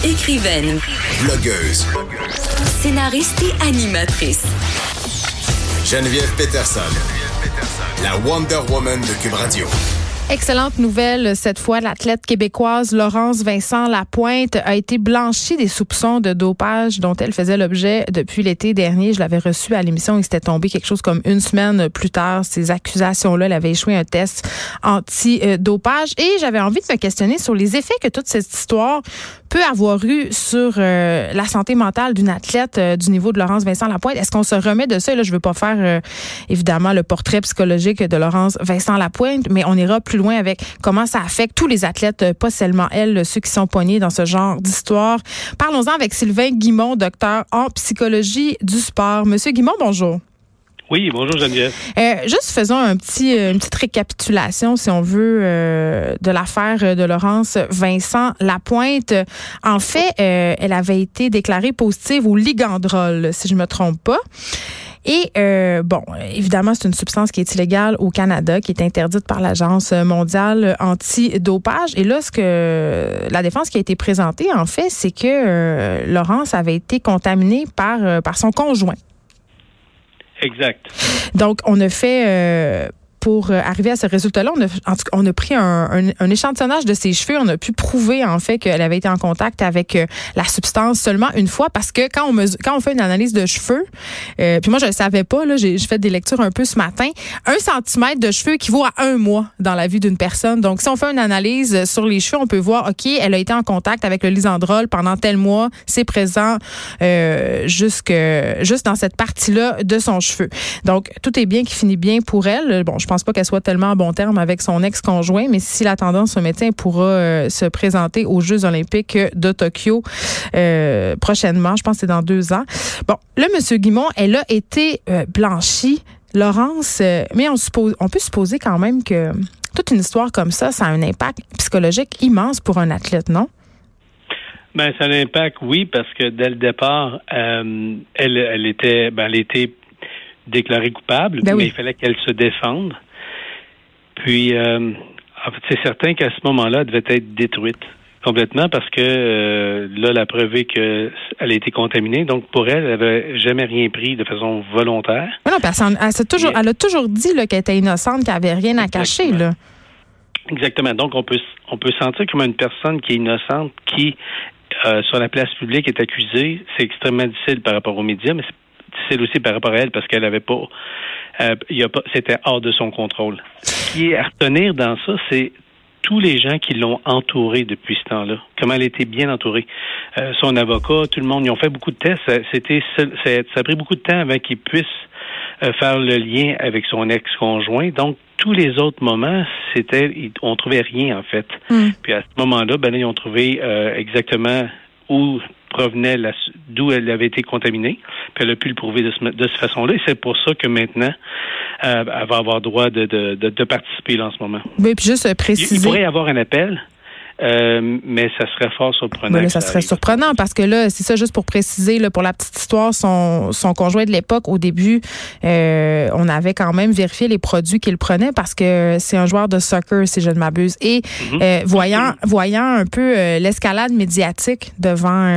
Écrivaine. Blogueuse. Scénariste et animatrice. Geneviève Peterson. La Wonder Woman de Cube Radio. Excellente nouvelle, cette fois, l'athlète québécoise Laurence Vincent-Lapointe a été blanchie des soupçons de dopage dont elle faisait l'objet depuis l'été dernier. Je l'avais reçue à l'émission et c'était tombé quelque chose comme une semaine plus tard. Ces accusations-là, elle avait échoué un test anti-dopage et j'avais envie de me questionner sur les effets que toute cette histoire peut avoir eu sur la santé mentale d'une athlète du niveau de Laurence Vincent-Lapointe. Est-ce qu'on se remet de ça? Et là, je veux pas faire évidemment le portrait psychologique de Laurence Vincent-Lapointe, mais on ira plus loin avec comment ça affecte tous les athlètes, pas seulement elle, ceux qui sont poignés dans ce genre d'histoire. Parlons-en avec Sylvain Guimond, docteur en psychologie du sport. Monsieur Guimond, bonjour. Oui, bonjour Geneviève. Juste faisons une petite récapitulation, si on veut, de l'affaire de Laurence Vincent-Lapointe. En fait, elle avait été déclarée positive au ligandrol, si je me trompe pas. Et bon, évidemment, c'est une substance qui est illégale au Canada, qui est interdite par l'Agence mondiale anti-dopage. Et là, la défense qui a été présentée, en fait, c'est que Laurence avait été contaminée par son conjoint. Exact. Donc, on a fait... pour arriver à ce résultat-là, on a pris un échantillonnage de ses cheveux. On a pu prouver, en fait, qu'elle avait été en contact avec la substance seulement une fois parce que quand on fait une analyse de cheveux, puis moi, je le savais pas, là, j'ai fait des lectures un peu ce matin, 1 centimètre de cheveux équivaut à 1 mois dans la vie d'une personne. Donc, si on fait une analyse sur les cheveux, on peut voir, OK, elle a été en contact avec le lisandrol pendant tel mois, c'est présent juste dans cette partie-là de son cheveu. Donc, tout est bien qui finit bien pour elle. Bon, je pense pas qu'elle soit tellement en bon terme avec son ex-conjoint, mais si la tendance se maintient, elle pourra se présenter aux Jeux olympiques de Tokyo prochainement. Je pense que c'est dans 2 ans. Bon, là, M. Guimond, elle a été blanchie. Laurence, mais on peut supposer quand même que toute une histoire comme ça a un impact psychologique immense pour un athlète, non? Ben, ça a un impact, oui, parce que dès le départ, elle était déclarée coupable, ben oui. Mais il fallait qu'elle se défende. Puis, en fait, c'est certain qu'à ce moment-là, elle devait être détruite complètement parce que là, la preuve est qu'elle a été contaminée. Donc, pour elle n'avait jamais rien pris de façon volontaire. Mais non, elle a toujours dit là, qu'elle était innocente, qu'elle n'avait rien à cacher. Là. Exactement. Donc, on peut sentir comme une personne qui est innocente, qui, sur la place publique, est accusée. C'est extrêmement difficile par rapport aux médias, mais c'est difficile aussi par rapport à elle parce qu'elle avait pas... c'était hors de son contrôle. Ce qui est à retenir dans ça, c'est tous les gens qui l'ont entourée depuis ce temps-là. Comment elle était bien entourée. Son avocat, tout le monde, ils ont fait beaucoup de tests. Ça a pris beaucoup de temps avant qu'ils puissent faire le lien avec son ex-conjoint. Donc, tous les autres moments, on trouvait rien, en fait. Puis à ce moment-là, ils ont trouvé exactement où provenait d'où elle avait été contaminée, puis elle a pu le prouver de cette façon-là, et c'est pour ça que maintenant, elle va avoir droit de participer là, en ce moment. Oui, puis juste préciser... Il pourrait y avoir un appel, mais ça serait fort surprenant. Oui, ça serait surprenant parce que là, c'est ça, juste pour préciser, là, pour la petite histoire, son conjoint de l'époque, au début, on avait quand même vérifié les produits qu'il prenait parce que c'est un joueur de soccer, si je ne m'abuse. Et voyant un peu l'escalade médiatique devant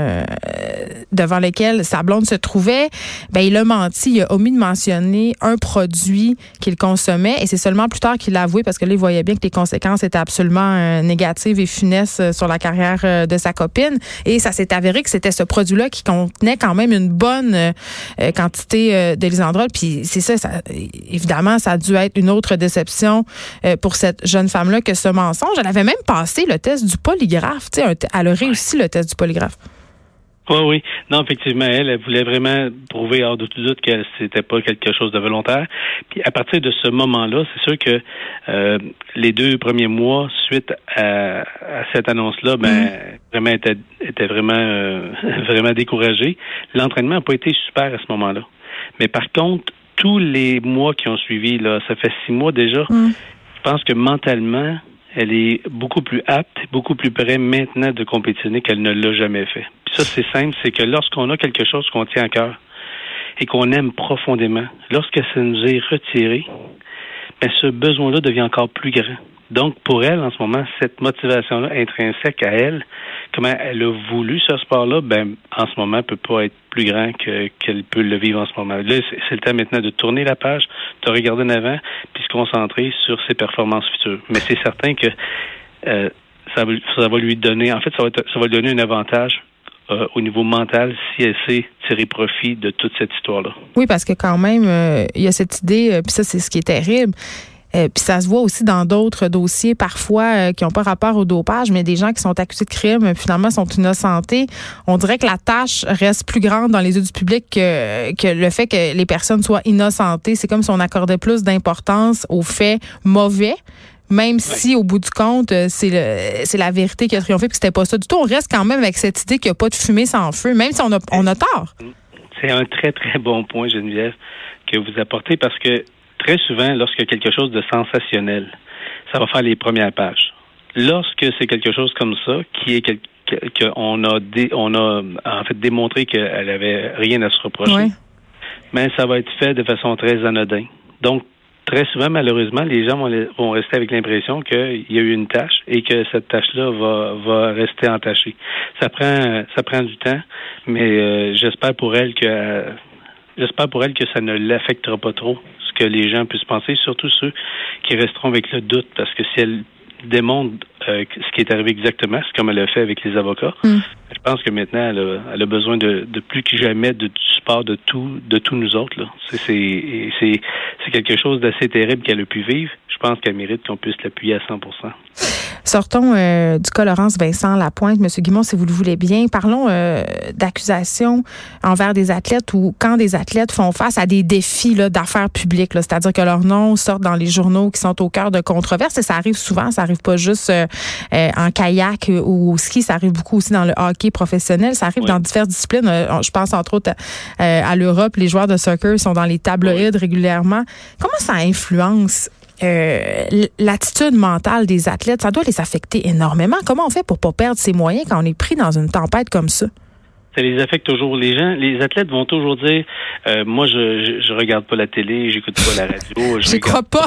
lequel sa blonde se trouvait, il a menti, il a omis de mentionner un produit qu'il consommait et c'est seulement plus tard qu'il l'a avoué parce que là, il voyait bien que les conséquences étaient absolument négatives et funeste sur la carrière de sa copine. Et ça s'est avéré que c'était ce produit-là qui contenait quand même une bonne quantité de lisandrol. Puis c'est ça, évidemment, ça a dû être une autre déception pour cette jeune femme-là que ce mensonge. Elle avait même passé le test du polygraphe. Elle a réussi le test du polygraphe. Oui. Non, effectivement, elle voulait vraiment prouver hors de tout doute que c'était pas quelque chose de volontaire. Puis à partir de ce moment-là, c'est sûr que les 2 premiers mois suite à cette annonce-là, vraiment était vraiment découragée. L'entraînement n'a pas été super à ce moment-là. Mais par contre, tous les mois qui ont suivi, là, ça fait 6 mois déjà, je pense que mentalement, elle est beaucoup plus apte, beaucoup plus près maintenant de compétitionner qu'elle ne l'a jamais fait. Puis ça, c'est simple, c'est que lorsqu'on a quelque chose qu'on tient à cœur et qu'on aime profondément, lorsque ça nous est retiré, ce besoin-là devient encore plus grand. Donc, pour elle, en ce moment, cette motivation-là intrinsèque à elle, comment elle a voulu ce sport-là, en ce moment, peut pas être plus grand qu'elle peut le vivre en ce moment. Là, c'est le temps maintenant de tourner la page, de regarder en avant, puis se concentrer sur ses performances futures. Mais c'est certain que ça va lui donner, en fait, ça va lui donner un avantage au niveau mental si elle sait tirer profit de toute cette histoire-là. Oui, parce que quand même, il y a cette idée, puis ça, c'est ce qui est terrible. Puis ça se voit aussi dans d'autres dossiers, parfois, qui n'ont pas rapport au dopage, mais des gens qui sont accusés de crime, finalement, sont innocentés. On dirait que la tâche reste plus grande dans les yeux du public que le fait que les personnes soient innocentées. C'est comme si on accordait plus d'importance aux faits mauvais, même si, au bout du compte, c'est la vérité qui a triomphé, puis c'était pas ça du tout. On reste quand même avec cette idée qu'il n'y a pas de fumée sans feu, même si on a tort. C'est un très, très bon point, Geneviève, que vous apportez, parce que très souvent, lorsqu'il y a quelque chose de sensationnel, ça va faire les premières pages. Lorsque c'est quelque chose comme ça, qui est qu'on a en fait démontré qu'elle avait rien à se reprocher, mais ça va être fait de façon très anodine. Donc, très souvent, malheureusement, les gens vont rester avec l'impression qu'il y a eu une tâche et que cette tâche-là va rester entachée. Ça prend du temps, mais j'espère pour elle que ça ne l'affectera pas trop, ce que les gens puissent penser, surtout ceux qui resteront avec le doute, parce que si elle démontre ce qui est arrivé exactement, c'est comme elle a fait avec les avocats. Je pense que maintenant, elle a besoin de plus que jamais du support de tous nous autres. Là. C'est quelque chose d'assez terrible qu'elle a pu vivre. Je pense qu'elle mérite qu'on puisse l'appuyer à 100%. Sortons du cas Laurence Vincent Lapointe. Monsieur Guimond, si vous le voulez bien, parlons d'accusations envers des athlètes ou quand des athlètes font face à des défis là, d'affaires publiques, là, c'est-à-dire que leurs noms sortent dans les journaux qui sont au cœur de controverses, et ça arrive souvent, ça arrive pas juste en kayak ou au ski, ça arrive beaucoup aussi dans le hockey professionnel, ça arrive dans diverses disciplines. Je pense entre autres à l'Europe, les joueurs de soccer sont dans les tabloïds régulièrement. Comment ça influence l'attitude mentale des athlètes? Ça doit les affecter énormément. Comment on fait pour pas perdre ses moyens quand on est pris dans une tempête comme ça? Ça les affecte toujours. Les athlètes vont toujours dire moi, je regarde pas la télé, j'écoute pas la radio. Je crois pas.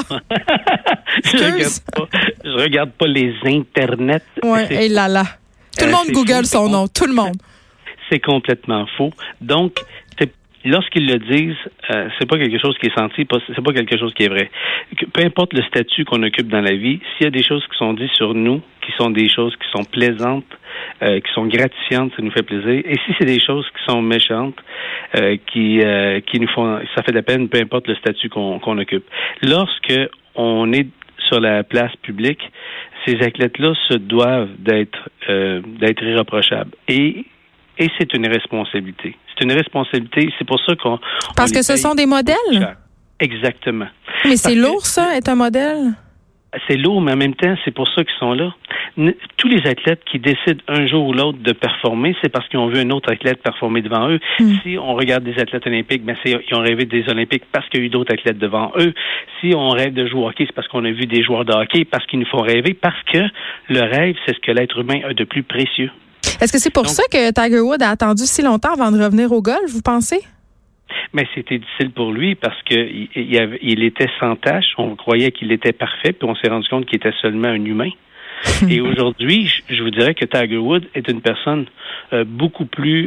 Je regarde pas les internets. Ouais, et là. Tout le monde Google son nom. Tout le monde. C'est complètement faux. Donc, lorsqu'ils le disent, c'est pas quelque chose qui est senti, c'est pas quelque chose qui est vrai. Peu importe le statut qu'on occupe dans la vie, s'il y a des choses qui sont dites sur nous, qui sont des choses qui sont plaisantes, qui sont gratifiantes, ça nous fait plaisir. Et si c'est des choses qui sont méchantes, qui nous font, ça fait de la peine, peu importe le statut qu'on occupe. Lorsque on est sur la place publique, ces athlètes-là se doivent d'être irréprochables. Et c'est une responsabilité. C'est une responsabilité. C'est pour ça qu'on... Parce que ce sont des modèles? Exactement. Mais c'est lourd, ça, être un modèle? C'est lourd, mais en même temps, c'est pour ça qu'ils sont là. Tous les athlètes qui décident un jour ou l'autre de performer, c'est parce qu'ils ont vu un autre athlète performer devant eux. Si on regarde des athlètes olympiques, ils ont rêvé des Olympiques parce qu'il y a eu d'autres athlètes devant eux. Si on rêve de jouer au hockey, c'est parce qu'on a vu des joueurs de hockey, parce qu'ils nous font rêver, parce que le rêve, c'est ce que l'être humain a de plus précieux. Est-ce que c'est pour ça que Tiger Woods a attendu si longtemps avant de revenir au golf, vous pensez? Mais c'était difficile pour lui parce que il était sans tache. On croyait qu'il était parfait, puis on s'est rendu compte qu'il était seulement un humain. Et aujourd'hui, je vous dirais que Tiger Woods est une personne beaucoup plus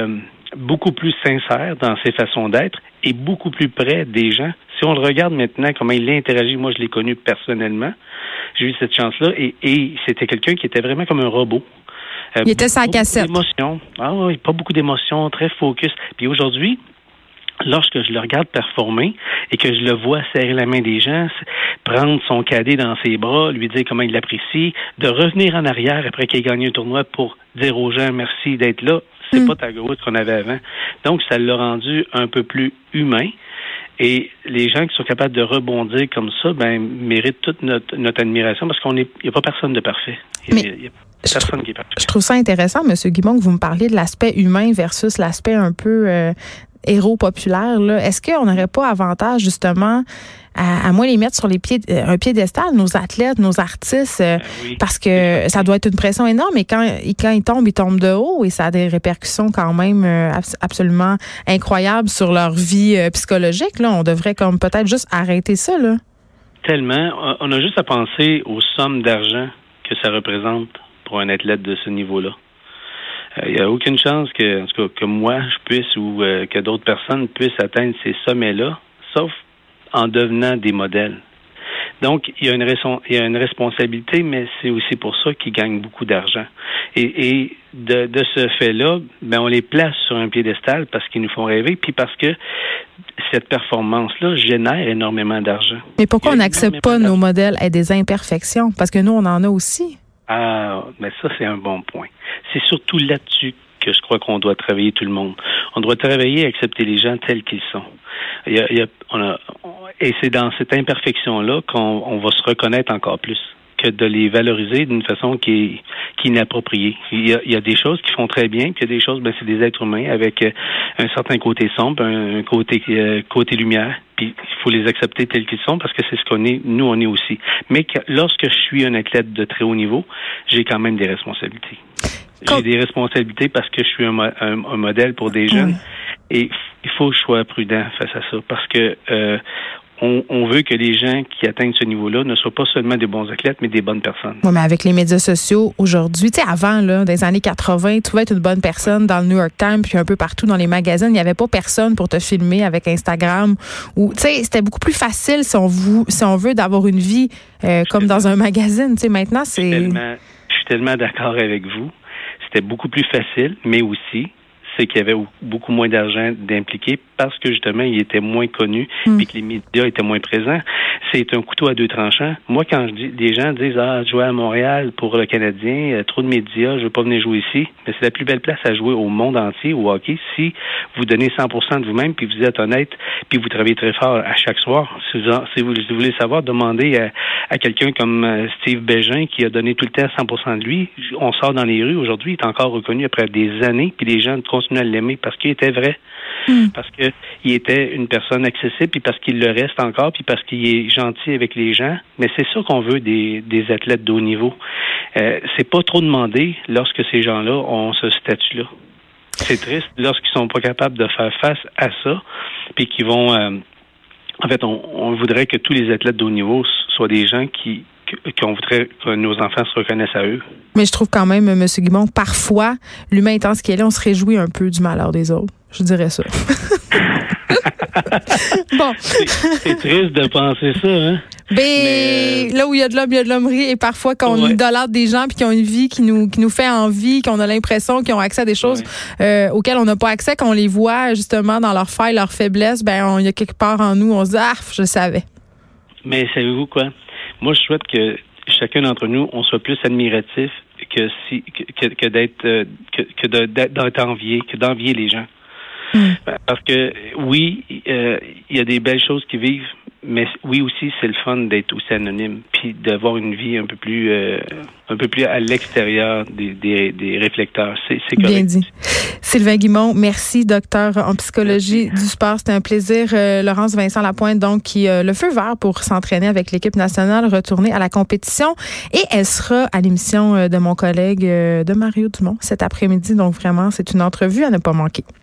sincère dans ses façons d'être et beaucoup plus près des gens. Si on le regarde maintenant, comment il interagit, moi je l'ai connu personnellement, j'ai eu cette chance-là, et c'était quelqu'un qui était vraiment comme un robot. Il était sans cassette. Ah oui, pas beaucoup d'émotions, très focus. Puis aujourd'hui, lorsque je le regarde performer et que je le vois serrer la main des gens, prendre son cadet dans ses bras, lui dire comment il l'apprécie, de revenir en arrière après qu'il ait gagné un tournoi pour dire aux gens merci d'être là, c'est pas Tiger Woods qu'on avait avant. Donc, ça l'a rendu un peu plus humain. Et les gens qui sont capables de rebondir comme ça, méritent toute notre admiration parce qu'il n'y a pas personne de parfait. Je trouve ça intéressant, M. Guimond, que vous me parliez de l'aspect humain versus l'aspect un peu héros populaire. Là. Est-ce qu'on n'aurait pas avantage, justement, à moins les mettre sur un piédestal, nos athlètes, nos artistes, parce que ça doit être une pression énorme, et quand ils tombent de haut, et ça a des répercussions quand même absolument incroyables sur leur vie psychologique. Là, on devrait comme peut-être juste arrêter ça, là. Tellement. On a juste à penser aux sommes d'argent que ça représente pour un athlète de ce niveau-là. Il n'y a aucune chance que moi, je puisse ou que d'autres personnes puissent atteindre ces sommets-là, sauf en devenant des modèles. Donc, il y a une responsabilité, mais c'est aussi pour ça qu'ils gagnent beaucoup d'argent. Et de ce fait-là, on les place sur un piédestal parce qu'ils nous font rêver, puis parce que cette performance-là génère énormément d'argent. Mais pourquoi on n'accepte pas nos modèles à des imperfections? Parce que nous, on en a aussi. Ah, mais ça, c'est un bon point. C'est surtout là-dessus que je crois qu'on doit travailler tout le monde. On doit travailler à accepter les gens tels qu'ils sont. Et c'est dans cette imperfection-là qu'on va se reconnaître encore plus que de les valoriser d'une façon qui est inappropriée. Il y a des choses qui font très bien, puis il y a des choses, c'est des êtres humains avec un certain côté sombre, un côté lumière, puis il faut les accepter tels qu'ils sont parce que c'est ce qu'on est, nous on est aussi. Mais lorsque je suis un athlète de très haut niveau, j'ai quand même des responsabilités. J'ai des responsabilités parce que je suis un modèle pour des jeunes et il faut que je sois prudent face à ça parce que on veut que les gens qui atteignent ce niveau-là ne soient pas seulement des bons athlètes, mais des bonnes personnes. Oui, mais avec les médias sociaux aujourd'hui, tu sais, avant, là, dans les années 80, tu pouvais être une bonne personne dans le New York Times puis un peu partout dans les magazines. Il n'y avait pas personne pour te filmer avec Instagram. Ou, tu sais, c'était beaucoup plus facile si on veut d'avoir une vie comme dans un magazine. Tu sais, maintenant, c'est... Je suis tellement d'accord avec vous. C'était beaucoup plus facile, mais aussi, c'est qu'il y avait beaucoup moins d'argent d'impliquer parce que, justement, il était moins connu et que les médias étaient moins présents. C'est un couteau à deux tranchants. Moi, quand des gens disent « Ah, jouer à Montréal pour le Canadien, trop de médias, je veux pas venir jouer ici », mais c'est la plus belle place à jouer au monde entier, au hockey, si vous donnez 100% de vous-même, puis vous êtes honnête, puis vous travaillez très fort à chaque soir. Si vous voulez savoir, demandez à quelqu'un comme Steve Bégin, qui a donné tout le temps 100% de lui. On sort dans les rues aujourd'hui, il est encore reconnu après des années, puis les gens continuent à l'aimer parce qu'il était vrai. Parce qu'il était une personne accessible, puis parce qu'il le reste encore, puis parce qu'il est gentil avec les gens. Mais c'est ça qu'on veut des athlètes de haut niveau. C'est pas trop demandé lorsque ces gens-là ont ce statut-là. C'est triste lorsqu'ils sont pas capables de faire face à ça, puis qu'ils vont... en fait, on voudrait que tous les athlètes de haut niveau soient des gens qu'on voudrait que nos enfants se reconnaissent à eux. Mais je trouve quand même, M. Guimond, parfois, l'humain étant ce qu'il est, on se réjouit un peu du malheur des autres. Je dirais ça. Bon. C'est triste de penser ça, hein? Mais là où il y a de l'homme, il y a de l'hommerie. Et parfois, quand on idolâtre des gens puis qui ont une vie qui nous fait envie, qu'on a l'impression qu'ils ont accès à des choses auxquelles on n'a pas accès, qu'on les voit justement dans leurs failles, leurs faiblesses, il y a quelque part en nous, on se dit « Ah, je savais ». Mais savez-vous quoi? Moi, je souhaite que chacun d'entre nous, on soit plus admiratif que d'être envié, que d'envier les gens. Parce que oui, il y a des belles choses qui vivent, mais oui aussi, c'est le fun d'être aussi anonyme, puis d'avoir une vie un peu plus à l'extérieur des réflecteurs. C'est correct. Bien dit. Sylvain Guimond, merci, docteur en psychologie du sport. C'était un plaisir. Laurence Vincent Lapointe, donc, qui a le feu vert pour s'entraîner avec l'équipe nationale, retourner à la compétition. Et elle sera à l'émission de mon collègue de Mario Dumont cet après-midi. Donc, vraiment, c'est une entrevue à ne pas manquer.